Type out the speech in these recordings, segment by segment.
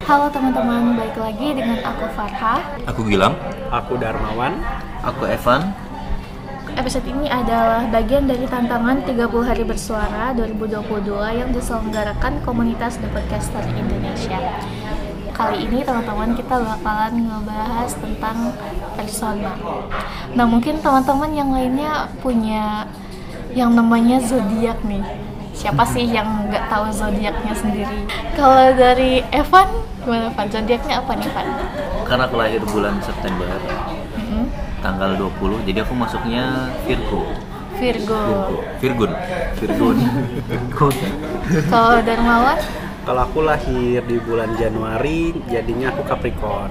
Halo teman-teman, balik lagi dengan aku Farha. Aku Gilang. Aku Darmawan. Aku Evan. Episode ini adalah bagian dari tantangan 30 hari bersuara 2022 yang diselenggarakan komunitas The Podcaster Indonesia. Kali ini teman-teman kita bakalan ngebahas tentang persona. Nah mungkin teman-teman yang lainnya punya yang namanya zodiak nih. Siapa sih yang nggak tahu zodiaknya sendiri? Kalau dari Evan, gimana Evan? Zodiaknya apa nih Evan? Karena aku lahir bulan September, tanggal 20, jadi aku masuknya Virgo. Virgo. Virgon. Kalau Darmawan? Kalau aku lahir di bulan Januari, jadinya aku Capricorn.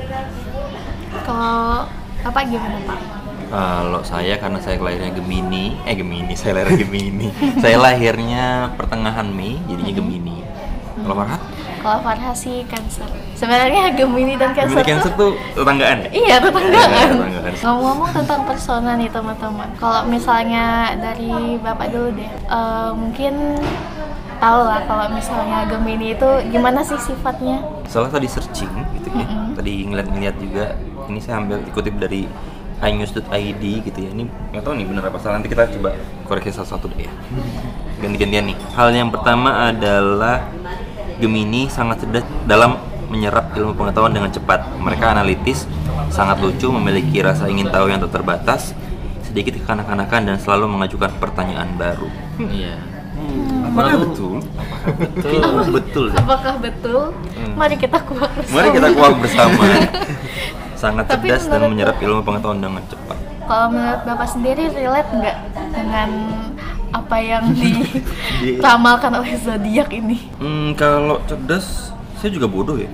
Kalau apa gimana Pak? Kalau saya karena saya lahirnya saya lahir Gemini. Saya lahirnya pertengahan Mei, jadinya Gemini. Kalau Farha? Kalau Farha sih Cancer. Sebenarnya Gemini dan Cancer, tuh tetanggaan ya? Iya, tetanggaan. Tetanggaan. Ngomong-ngomong tentang persona nih teman-teman. Kalau misalnya dari Bapak dulu deh, mungkin tahu lah kalau misalnya Gemini itu gimana sih sifatnya? Soalnya tadi searching gitu ya. Tadi ngeliat juga. Ini saya ambil dikutip dari inews.id gitu ya. Ini nggak tahu nih bener apa salah, nanti kita coba koreksi satu-satu deh ya. Ganti-gantian nih. Hal yang pertama adalah Gemini sangat cerdas dalam menyerap ilmu pengetahuan dengan cepat. Mereka analitis, sangat lucu, memiliki rasa ingin tahu yang tak terbatas, sedikit kekanak-kanakan dan selalu mengajukan pertanyaan baru. Iya. Apakah betul? Betul. Apakah betul? Mari kita kuak bersama. Sangat Tapi cerdas dan menurut menyerap ilmu pengetahuan dengan cepat. Kalau menurut Bapak sendiri relate nggak dengan apa yang diramalkan oleh zodiak ini? Kalau cerdas, saya juga bodoh ya.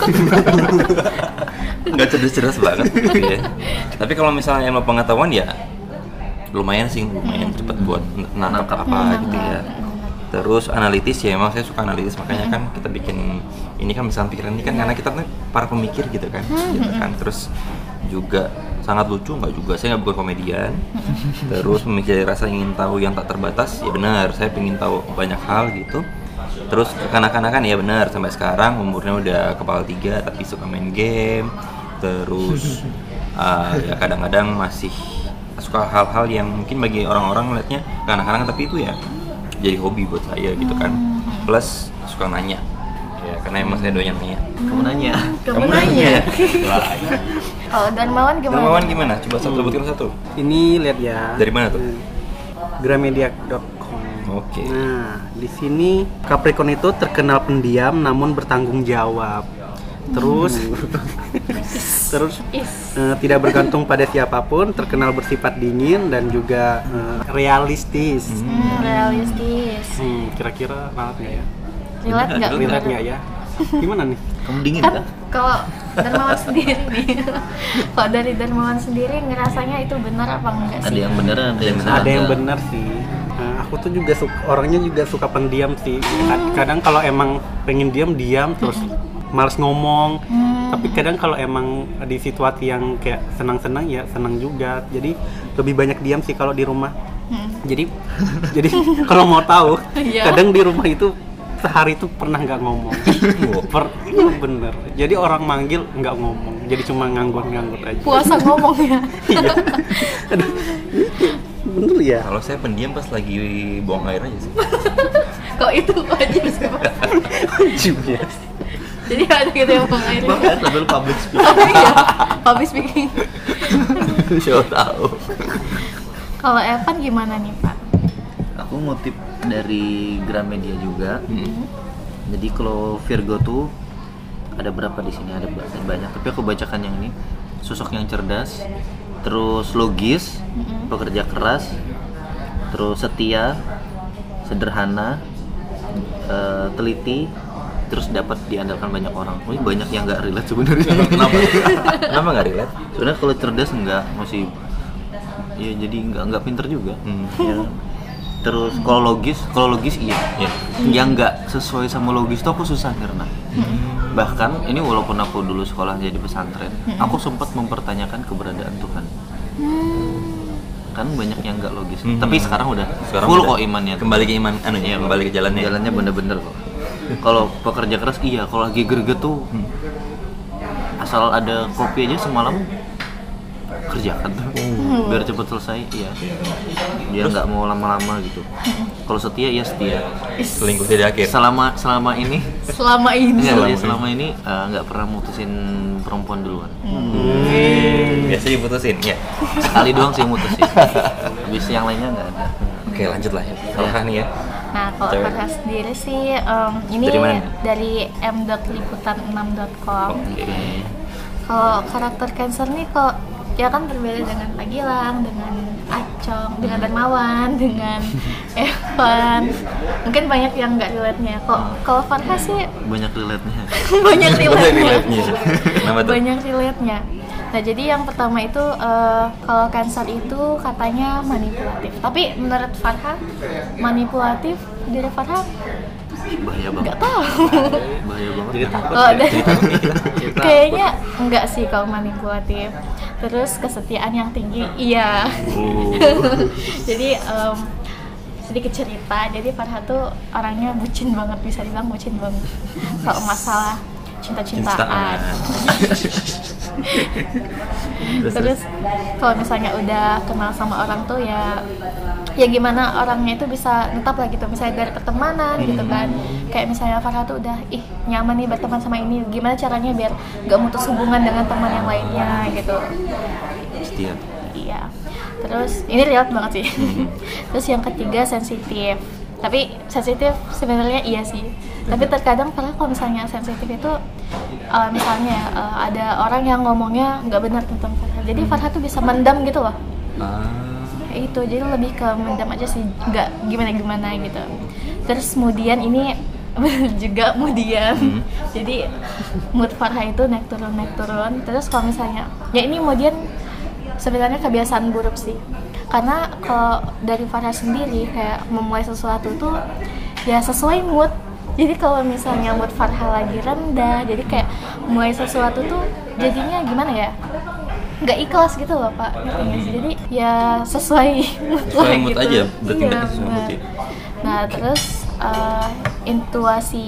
Nggak cerdas-cerdas banget gitu ya. Tapi kalau misalnya ilmu pengetahuan ya lumayan cepat buat nangkap apa gitu ya. Terus analitis ya, emang saya suka analitis, makanya kan kita bikin ini kan misalnya pikiran ini kan karena kita tuh para pemikir gitu kan. Terus juga sangat lucu, nggak juga, saya nggak bukan komedian. Terus memiliki rasa ingin tahu yang tak terbatas, ya benar, saya ingin tahu banyak hal gitu. Terus kekanak-kanakan ya benar, sampai sekarang umurnya udah kepala 3 tapi suka main game. Terus ya kadang-kadang masih suka hal-hal yang mungkin bagi orang-orang melihatnya kekanak-kanakan, tapi itu ya jadi hobi buat saya gitu kan. Plus suka nanya ya, karena emang saya doyan nanya. Kamu nanya. Kalau Darmawan gimana? Coba sebutkan satu. Ini lihat ya. Dari mana tuh? Gramedia.com. Oke. Nah, di sini Capricorn itu terkenal pendiam namun bertanggung jawab. Terus tidak bergantung pada siapapun, terkenal bersifat dingin dan juga realistis. Realistis. Kira-kira relate nggak ya? Relate Nggak ya? Gimana nih? Kamu dingin kan? kan? Kalau Darmawan sendiri nih, kalau dari Darmawan sendiri ngerasanya itu benar apa enggak sih? Ada yang bener, Ada yang benar sih. Aku tuh juga orangnya juga suka pendiam sih. Kadang kalau emang pengen diam terus males ngomong. Tapi kadang kalau emang di situasi yang kayak senang-senang ya senang juga. Jadi lebih banyak diam sih kalau di rumah. Jadi kalau mau tahu, kadang di rumah itu sehari itu pernah nggak ngomong. Iya bener. Jadi orang manggil nggak ngomong. Jadi cuma nganggur-nganggur aja. Puasa ngomongnya. Iya. Aduh, bener ya. Kalau saya pendiam pas lagi buang air aja sih. Kok itu wajib sih Pak? Wajib ya. Jadi ada gitu yang buang air. Bahkan sambil public speaking. Oh iya, public speaking. Siapa tahu. Kalau Evan gimana nih Pak? Aku ngutip dari Gramedia juga. Jadi kalau Virgo tuh ada berapa di sini? Ada banyak. Tapi aku bacakan yang ini. Sosok yang cerdas, terus logis, pekerja keras, terus setia, sederhana, teliti, terus dapat diandalkan banyak orang. Ini banyak yang nggak relate sebenarnya. Kenapa nggak relate? Sebenarnya kalau cerdas nggak, masih ya jadi nggak pinter juga. Ya. Terus kalau logis iya. Yang nggak sesuai sama logis tuh aku susah karena bahkan ini walaupun aku dulu sekolah jadi pesantren, aku sempat mempertanyakan keberadaan Tuhan. Kan banyak yang nggak logis. Tapi sekarang full kok imannya. Kembali ke iman, kembali ke jalannya. Jalannya bener-bener kok. Kalau pekerja keras iya, kalau lagi greget tuh asal ada kopi aja semalam kerjakan tuh biar cepet selesai. Iya, dia nggak mau lama-lama gitu. Kalau setia ya setia. Selingkuh dari akhir. Selama ini selama ini nggak pernah mutusin perempuan duluan. Biasanya diputusin ya. Sekali doang sih mutusin. Habis yang lainnya nggak ada. Oke, lanjut lah ya. Farha nih ya. Nah, kalau Cewek. Farha sendiri sih ini Dari mana nih? dari m.liputan6.com. Oke. Kalau karakter Cancer nih kok ya kan berbeda dengan Pak Gilang, dengan Acong, dengan Darmawan, dengan Evan. Mungkin banyak yang nggak relate-nya. Kalau Farha sih Banyak relate-nya. banyak relate-nya. Relate-nya. Kenapa tuh? Banyak relate-nya. Nah, jadi yang pertama itu kalau Cancer itu katanya manipulatif. Tapi menurut Farha, manipulatif diri Farha Bahaya banget. nggak tahu. Bahaya banget. Jadi takut Oh, ya. kayaknya enggak sih kalau manipulatif. Terus kesetiaan yang tinggi, iya. Jadi sedikit cerita. Jadi Farha tuh orangnya bucin banget, bisa dibilang bucin banget. Kalau masalah cinta-cintaan. Terus kalau misalnya udah kenal sama orang tuh ya gimana orangnya itu bisa tetap lah gitu, misalnya dari pertemanan gitu kan, kayak misalnya Farha tuh udah nyaman nih berteman sama ini, gimana caranya biar gak mutus hubungan dengan teman yang lainnya gitu. Setia. Iya. Terus ini relate banget sih. Terus yang ketiga sensitif. Tapi sensitif sebenarnya iya sih. Tapi terkadang Farha kalau misalnya sensitif itu misalnya ada orang yang ngomongnya nggak benar tentang Farha. Jadi Farha tuh bisa mendam gitu loh. Itu jadi lebih ke mendam aja sih, nggak gimana gitu. Terus kemudian ini juga kemudian jadi mood Farha itu naik turun. Terus kalau misalnya ya ini kemudian sebenarnya kebiasaan buruk sih, karena kalau dari Farha sendiri kayak memulai sesuatu tuh ya sesuai mood. Jadi kalau misalnya mood Farha lagi rendah, jadi kayak mulai sesuatu tuh jadinya gimana ya, nggak ikhlas gitu loh Pak, ngerti nggak sih? Jadi ya sesuai mood Sesuai lah mood gitu. aja, berarti Iya, nggak sesuai mood benar. ya? Nah terus intuisi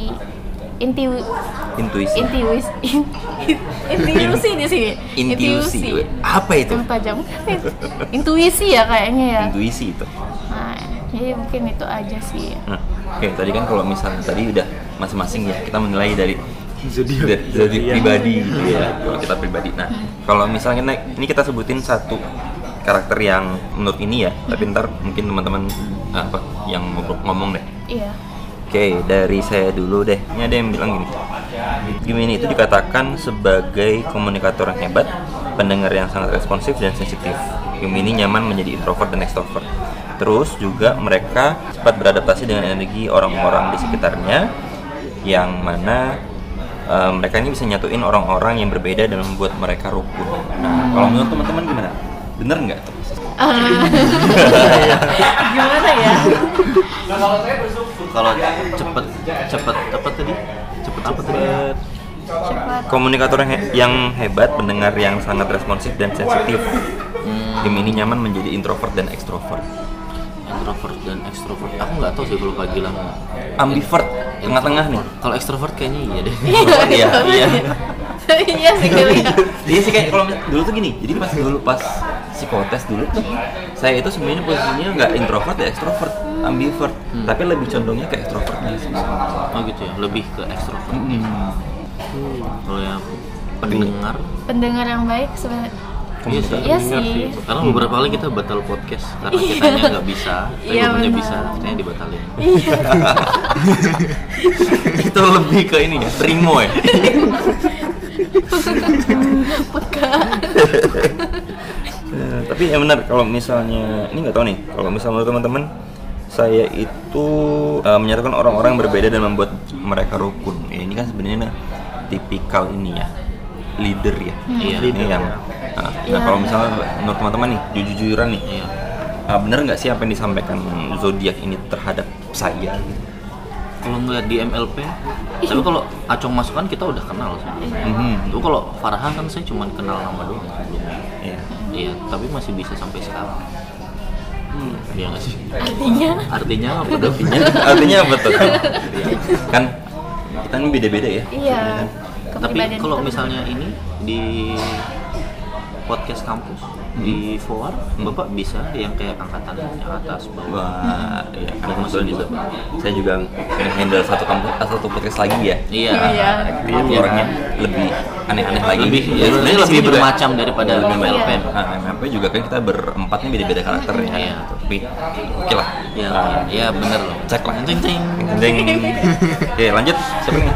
di sini. Intuisi. Apa itu? Yang tajam. Intuisi ya kayaknya ya. Intuisi itu. Nah, jadi mungkin itu aja sih. Nah, oke, tadi kan kalau misalnya tadi udah masing-masing ya kita menilai dari Zodiak. pribadi gitu ya, kalau kita pribadi. Nah, kalau misalnya ini kita sebutin satu karakter yang menurut ini ya, tapi ntar mungkin teman-teman apa yang ngomong deh. Iya. Oke, dari saya dulu deh. Ini ada yang bilang gini. Gemini itu dikatakan sebagai komunikator yang hebat, pendengar yang sangat responsif dan sensitif. Gemini nyaman menjadi introvert dan extrovert. Terus juga mereka cepat beradaptasi dengan energi orang-orang di sekitarnya, yang mana mereka ini bisa nyatuin orang-orang yang berbeda dan membuat mereka rukun. Nah, kalau menurut teman-teman gimana? Bener nggak tuh? Gimana ya? Kalau cepet apa tadi? Cepet apa tadi? Cepat. Komunikator yang hebat, pendengar yang sangat responsif dan sensitif. Gemini nyaman menjadi introvert dan extrovert. Introvert dan extrovert. Aku nggak tahu sih kalau Pak Gilang. Ambivert, tengah-tengah nih. Kalau extrovert kayaknya iya deh. Iya. Iya sih kayaknya. Dia sih kayak kalau dulu tuh gini. Jadi pas psikotes dulu tuh, saya itu sebenarnya posisinya nggak introvert ya extrovert, ambivert, tapi lebih condongnya ke extrovertnya sih. Oh gitu ya, lebih ke extrovert. Kalau yang Pendengar yang baik sebenarnya. iya sih. Iya sih. Karena beberapa kali kita batal podcast karena kitanya nggak bisa, tapi Iya, temennya benar. bisa, akhirnya dibatalin. Itu lebih ke ini ya, Primo ya. Tapi ya benar, kalau misalnya ini nggak tahu nih, kalau misalnya menurut teman-teman, saya itu menyatukan orang-orang yang berbeda dan membuat mereka rukun. Ya, ini kan sebenarnya tipikal ini ya, leader ya. Iya. Ini yang nah kalau misalnya menurut teman-teman nih, jujur-jujuran nih, Iya. bener nggak sih apa yang disampaikan zodiak ini terhadap saya? Gitu? Kalau ngeliat di MLP, tapi kalau Acong masuk kan kita udah kenal sih. Itu kalau Farha kan saya cuma kenal nama doang sebelumnya. Iya. Iya, tapi masih bisa sampai sekarang. Iya nggak sih? Artinya Artinya apa? Artinya Artinya apa tuh? Kan kan beda-beda ya. Iya. sebenarnya kan. Tapi kepribadian kalau kita. misalnya ini di podcast kampus di FOAR, Bapak bisa yang kayak angkatan yang atas bawah. Wah, ya kan Dan kebetulan masih juga. bisa. Saya juga handle satu podcast lagi ya. Iya. Iya. Jadi orangnya lebih aneh-aneh lagi. Lebih ya, sebenarnya di lebih sini juga bermacam daripada lebih MLP. Nah, MLP juga kan kita berempatnya beda-beda karakter ya. Iya. Tapi oke lah. Ya, Nah, ya bener loh. cek lah. Cing cing. Deng. Oke, lanjut. Siapa nih?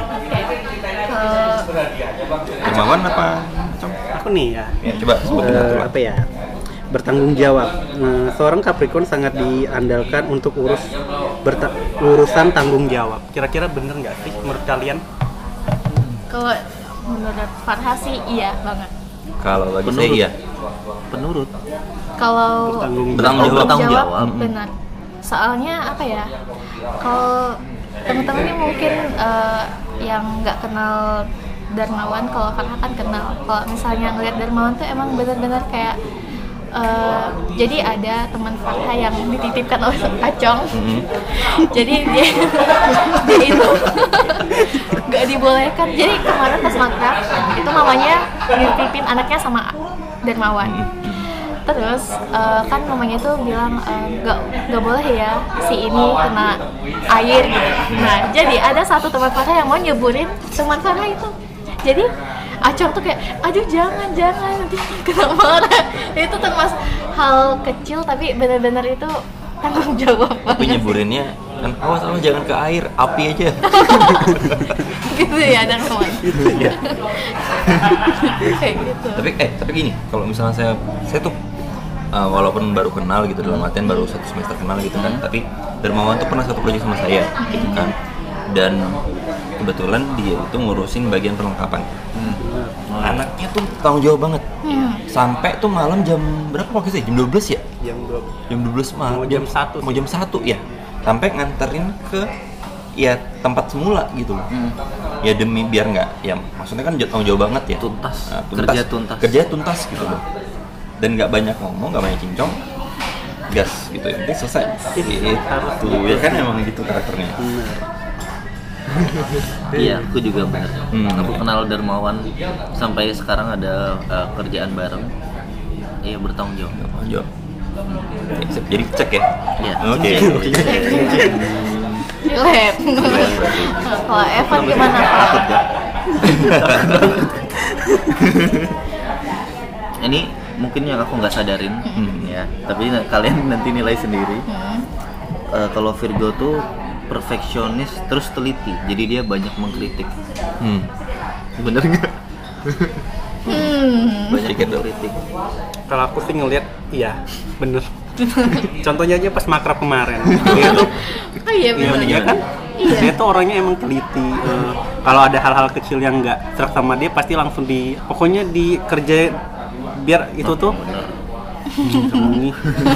Dermawan apa? Cong? Aku nih ya. Ya, coba sebutin satu lah. Apa ya? Bertanggung jawab. Seorang Capricorn sangat diandalkan untuk urusan tanggung jawab. Kira-kira bener nggak sih menurut kalian? Kalau menurut Farha sih iya banget. Kalau bagi saya Penurut. iya. Penurut. Kalau Bertanggung jawab. benar. Soalnya apa ya? Kalau teman-teman ini mungkin yang nggak kenal Darmawan, kalau Farha kan kenal. Kalau misalnya ngeliat Darmawan tuh emang benar-benar kayak jadi ada teman Farha yang dititipkan oleh Acong. Jadi dia itu nggak dibolehkan. Jadi kemarin pas makrab itu mamanya nitipin anaknya sama Darmawan. Terus kan mamanya tuh bilang nggak boleh ya si ini kena air gitu. Nah jadi ada satu teman Farha yang mau nyeburin teman Farha itu. Jadi Acong tuh kayak, aduh jangan nanti kena marah. Itu termasuk hal kecil tapi benar-benar itu tanggung jawab Tapi banget. nyeburinnya kan awas jangan ke air, api aja. Gitu ya Darmawan. Iya. Kayak gitu. Tapi gini, kalau misalnya saya tuh walaupun baru kenal gitu dalam artian baru 1 semester kenal gitu kan, tapi Darmawan tuh pernah satu proyek sama saya gitu kan. Dan kebetulan dia itu ngurusin bagian perlengkapan. Anaknya tuh tanggung jawab banget. Sampai tuh malam jam berapa waktu sih? Jam 12 ya? Jam 12 malam. Mau jam 1 Mau jam 1 ya. Sampai nganterin ke ya tempat semula gitu loh. Ya demi biar nggak, ya maksudnya kan tanggung jawab banget ya. Tuntas. Nah, Kerja tuntas. tuntas gitu loh. Dan nggak banyak ngomong, nggak banyak cincong, gas gitu ya. Nanti selesai. Itu ya kan emang gitu karakternya. Iya, aku juga bener. Aku Oke. kenal Darmawan sampai sekarang ada kerjaan bareng. Iya, bertanggung jawab. Tanggung jawab. Oke, sip. Jadi cek ya. Iya. Oke. Relate. Kalau Evan gimana Pak? Takut gak? Ini mungkin yang aku nggak sadarin, ya. Tapi kalian nanti nilai sendiri. Kalau Virgo tuh perfeksionis terus teliti, jadi dia banyak mengkritik. Bener nggak? Banyak Sedikit dulu. mengkritik. Kalau aku sih ngelihat, iya, bener. Contohnya aja pas makrab kemarin. Dia tuh, Oh iya benar. iya kan? Iya. Dia tuh orangnya emang teliti. Kalau ada hal-hal kecil yang nggak serak sama dia, pasti langsung pokoknya dikerjain biar itu tuh. Bener. Ini.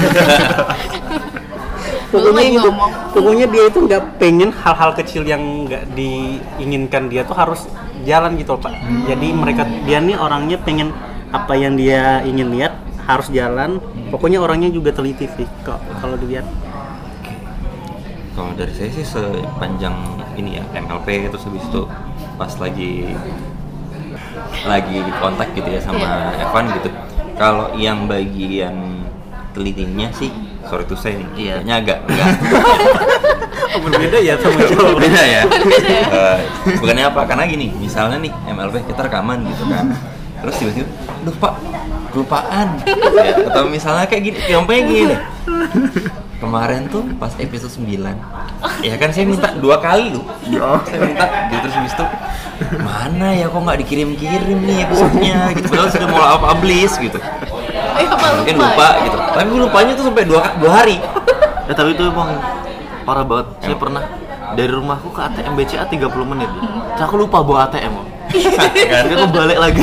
Belum Pokoknya lagi gitu. ngomong. Pokoknya dia itu nggak pengen hal-hal kecil yang nggak diinginkan dia tuh harus jalan gitu Pak. Jadi dia nih orangnya pengen apa yang dia ingin lihat harus jalan. Pokoknya orangnya juga teliti sih kalau dilihat. Kalau dari saya sih sepanjang ini ya MLP terus habis itu pas lagi kontak gitu ya sama Evan gitu. Kalau yang bagian telitinya sih sorry to say nih, Iya. kayaknya agak enggak Berbeda ya sama cowok. beda ya. Bukannya apa? Karena gini, misalnya nih MLP kita rekaman gitu kan. Terus tiba-tiba, "Duh, Pak, kelupaan." Ya, atau misalnya kayak gini, gampangnya gini. Kemarin tuh pas episode 9. Ya kan saya minta 2 kali loh. Saya minta gitu terus habis itu mana ya kok nggak dikirim-kirim nih episodenya gitu. Padahal sudah mau publish gitu. Mungkin lupa gitu. Tapi lupanya tuh sampai 2 hari. Ya tapi itu emang parah banget. Saya pernah dari rumahku ke ATM BCA 30 menit. Terus aku lupa bawa ATM. Jadi aku balik lagi.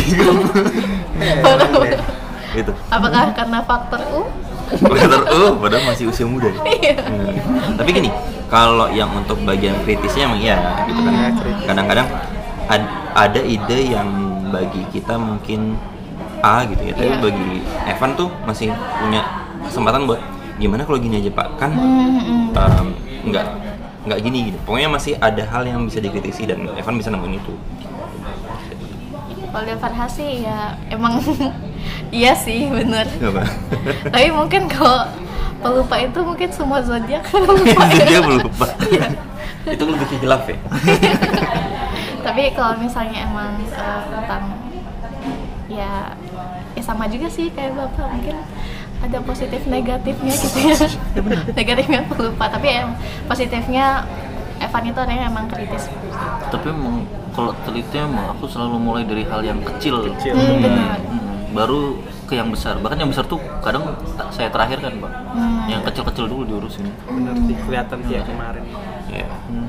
Gitu. Apakah karena faktor U? Padahal masih usia muda. Tapi gini, kalau yang untuk bagian kritisnya emang iya gitu kan. Kadang-kadang ada ide yang bagi kita mungkin A gitu ya, tapi Iya. bagi Evan tuh masih punya kesempatan buat gimana kalau gini aja Pak, kan nggak nggak gini gitu. Pokoknya masih ada hal yang bisa dikritisi dan Evan bisa nemuin itu. Kalau dari Farha sih ya emang iya sih bener. Apa? Tapi mungkin kalau pelupa itu mungkin semua zodiak pelupa ya. Dia pelupa. Iya. Itu lebih ke hilaf ya. Tapi kalau misalnya emang tentang ya sama juga sih kayak Bapak, mungkin ada positif negatifnya gitu ya. Negatifnya pelupa, tapi positifnya Evan itu orangnya emang kritis. Tapi emang kalau teliti emang aku selalu mulai dari hal yang kecil. Benar. Baru ke yang besar. Bahkan yang besar tuh kadang saya terakhir kan, Pak. Yang kecil-kecil dulu diurusin. Bener sih, kelihatan sih ya kemarin. Iya.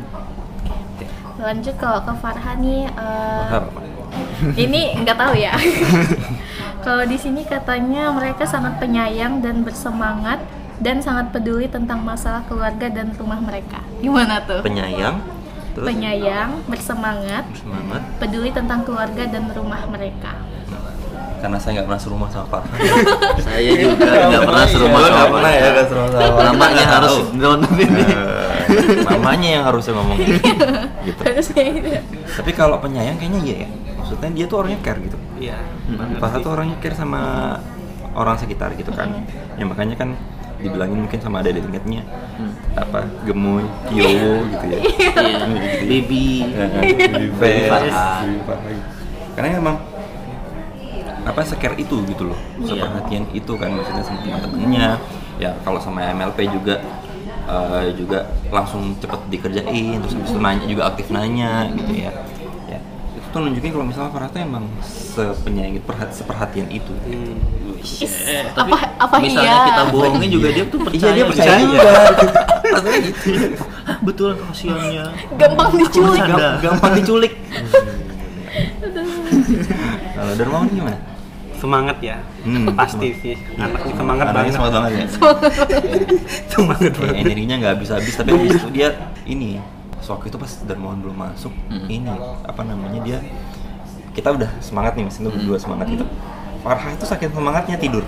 Lanjut kalau ke Farha nih, Apa? ini nggak tahu ya. Kalau di sini katanya mereka sangat penyayang dan bersemangat dan sangat peduli tentang masalah keluarga dan rumah mereka. Gimana tuh? Penyayang, terus Penyayang, bersemangat, semangat. peduli tentang keluarga dan rumah mereka. Karena saya nggak pernah serumah sama Farha. Saya juga nggak pernah serumah Nggak sama pernah ya, nggak serumah sama Farha. Namanya harus nonton ini. Mamanya yang harusnya ngomong gitu. Harusnya gitu. Tapi kalau penyayang kayaknya iya ya. Maksudnya dia tuh orangnya care gitu. Iya. Farha tuh orangnya care sama orang sekitar gitu kan. Ya makanya kan dibilangin mungkin sama ada tingkatnya apa gemoy, kiowo gitu ya. Iya, baby. Baby Farha. Farha. Karena emang apa secare itu gitu loh, seperhatian itu kan maksudnya sama teman-temannya. Ya kalau sama MLP juga juga langsung cepet dikerjain, terus habis itu nanya juga aktif nanya gitu ya. Ya itu tuh nunjukin kalau misalnya Farha tuh emang sepenyayang seperhatian itu. Tapi apa misalnya iya? kita bohongin juga dia tuh percaya. Iya dia percaya gitu. juga. Rasanya gitu. Betul kasihannya. Gampang diculik. Gampang diculik. Kalau Darmawan gimana? Semangat ya, pasti sih. Anaknya semangat Anaknya banget. semangat banget ya. Semangat Ya, banget. energinya nggak habis-habis, tapi habis itu dia ini waktu itu pas Darmawan belum masuk, ini apa namanya dia kita udah semangat nih, mesin tuh berdua semangat gitu. Farha itu saking semangatnya tidur.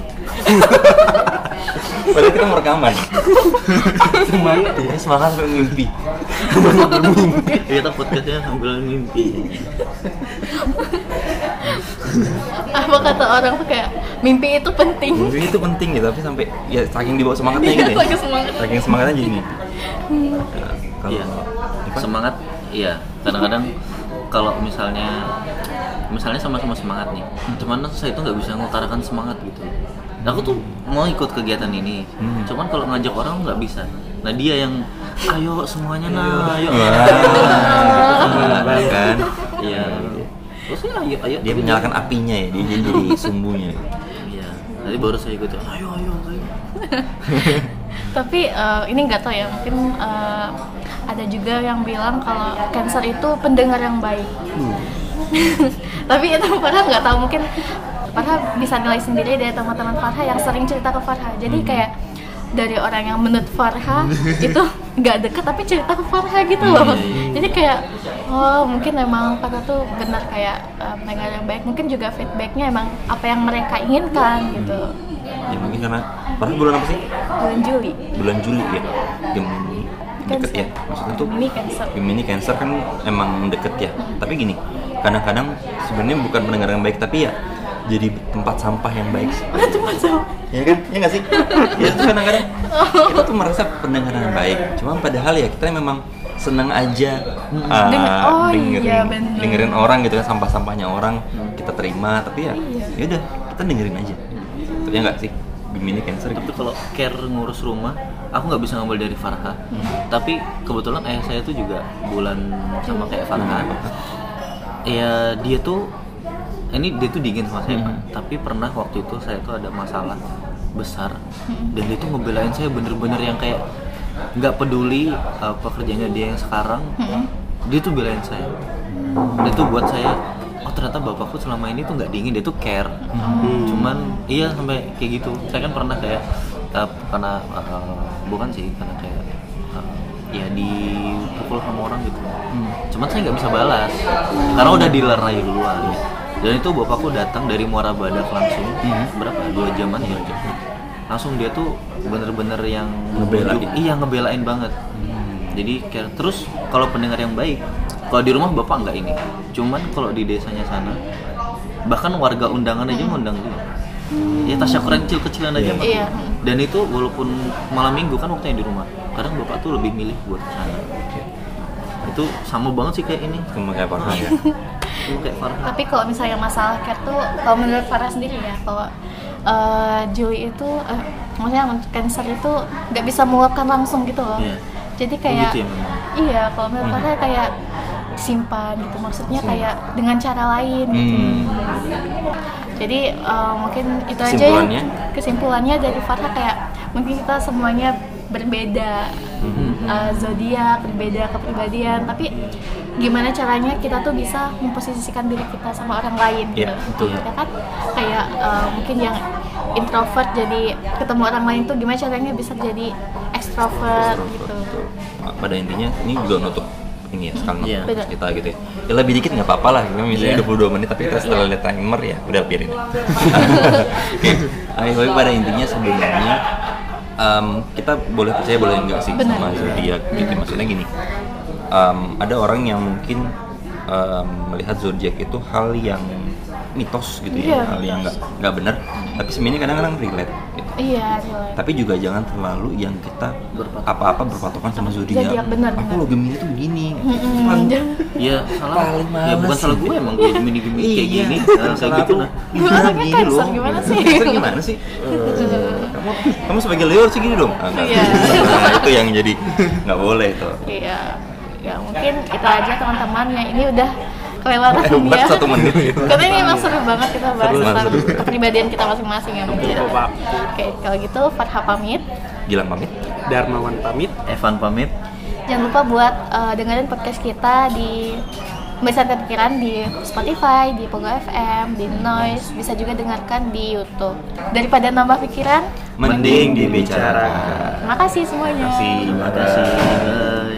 Padahal kita mau rekaman. Semangat ya, semangat sampai mimpi. Kita podcastnya sambil mimpi. Apa kata orang tuh kayak mimpi itu penting. Mimpi itu penting gitu, tapi sampai ya saking dibawa semangatnya gitu. Ya. Saking semangat. Saking semangatnya jadi mimpi. Kalau Iya. Ivan? Semangat, iya. Kadang-kadang kalau misalnya sama-sama semangat nih, cuman saya itu nggak bisa mengutarakan semangat gitu. Nah, aku tuh mau ikut kegiatan ini, cuman kalau ngajak orang nggak bisa. Nah dia yang ayo semuanya ayo. kan Iya. Terus ya ayo. dia menyalakan apinya ya, dia jadi sumbunya. Iya. Tadi baru saya ikut. Ayo. Tapi ini nggak tahu ya, mungkin ada juga yang bilang kalau Cancer itu pendengar yang baik. Tapi itu Farha nggak tahu, mungkin Farha bisa nilai sendiri dari teman-teman Farha yang sering cerita ke Farha. Jadi kayak dari orang yang menurut Farha itu nggak deket tapi cerita ke Farha gitu loh. Jadi kayak oh mungkin emang Farha tuh benar kayak pendengar yang baik. Mungkin juga feedbacknya emang apa yang mereka inginkan gitu. Ya mungkin karena Farha bulan apa sih? Bulan Juli. Bulan Juli ya. Gemini deket ya. Maksudnya tuh Gemini Cancer. Gemini Cancer kan emang deket ya. Tapi gini, kadang-kadang sebenarnya bukan pendengar yang baik tapi ya jadi tempat sampah yang baik. Tempat sampah. Ya kan? Ya nggak sih? Ya tuh kadang-kadang kita tuh merasa pendengar yang baik. Cuma padahal ya kita memang senang aja dengerin orang gitu kan, sampah-sampahnya orang kita terima, tapi ya udah kita dengerin aja. Tapi ya nggak sih? Gemini Cancer Tapi gitu. kalau care ngurus rumah, aku nggak bisa ngambil dari Farha. Tapi kebetulan ayah saya tuh juga bulan sama kayak Farha. Ya dia tuh dingin sama saya Pak. Tapi pernah waktu itu saya tuh ada masalah besar dan dia tuh ngebelain saya bener-bener yang kayak nggak peduli pekerjaannya dia yang sekarang. Dia tuh belain saya. Dia tuh buat saya, oh ternyata bapakku selama ini tuh nggak dingin, dia tuh care. Cuman iya sampai kayak gitu. Saya kan pernah kayak karena bukan sih karena kayak ya dipukul sama orang gitu. Cuman saya nggak bisa balas karena udah dilerai duluan. Dan itu bapakku datang dari Muara Badak langsung berapa 2 jaman ya. Langsung dia tuh bener-bener yang Ngebelain. Iya ngebelain banget. Jadi terus kalau pendengar yang baik, kalau di rumah bapak nggak ini, cuman kalau di desanya sana bahkan warga undangan aja ngundang juga. Ya tasyakuran kecil-kecilan aja mah. Iya. Dan itu walaupun malam minggu kan waktunya di rumah, kadang bapak tuh lebih milih buat ke sana. Itu sama banget sih kayak ini, Cuma kayak Farhan ya. itu kayak Farhan. Tapi kalau misalnya masalah care tuh, kalau menurut Farah sendiri ya, kalau Joey itu, maksudnya cancer itu nggak bisa meluapkan langsung gitu loh. Iya. Jadi kayak, gitu ya memang. iya, kalau menurut Farah kayak simpan gitu, maksudnya kayak dengan cara lain gitu. Jadi mungkin itu aja ya kesimpulannya dari Farah, kayak mungkin kita semuanya berbeda zodiak, berbeda kepribadian, tapi gimana caranya kita tuh bisa memposisikan diri kita sama orang lain gitu. Iya, betul. Ya kan? Kayak mungkin yang introvert jadi ketemu orang lain tuh gimana caranya bisa jadi extrovert gitu. Betul. Pada intinya ini juga nutup ini ya sekarang Iya. podcast kita gitu ya. Ya lebih dikit nggak apa-apa lah, misalnya 22 menit tapi kita setelah lihat timer ya udah biarin. Oke, tapi pada intinya sebenarnya kita boleh percaya boleh enggak sih Benar. sama zodiak gitu. Maksudnya gini, ada orang yang mungkin melihat zodiak itu hal yang mitos gitu ya, Iya, hal yang nggak benar, tapi sebenarnya kadang-kadang relate gitu. Iya, relate. Tapi juga jangan terlalu yang kita apa-apa berpatokan sama zodiak. Zodiak, benar, Aku benar. lo Gemini tuh begini. Iya, salah. Paling Ya bukan males salah sih. gue emang gue gini-gini kayak Iya, gini, salah kayak gitu aku. nah. Gimana Gini Cancer? loh. Gimana sih? Cancer gimana sih? Kamu sebagai Leo sih gini dong. Iya. Nah, itu yang jadi nggak boleh tuh. Iya, ya mungkin itu aja teman-teman ya, ini udah kelewatan Buat ya. 1 menit gitu. Karena ini emang seru banget kita bahas Seru, tentang seru. kepribadian kita masing-masing ya mungkin. Betul, Pak. Oke, kalau gitu Farha pamit. Gilang pamit. Darmawan pamit. Evan pamit. Jangan lupa buat dengerin podcast kita di Membersihkan Pikiran di Spotify, di Pogo FM, di Noise, bisa juga dengarkan di YouTube. Daripada nambah pikiran, Mending dibicarakan. terima kasih semuanya. Terima kasih. Terima kasih guys.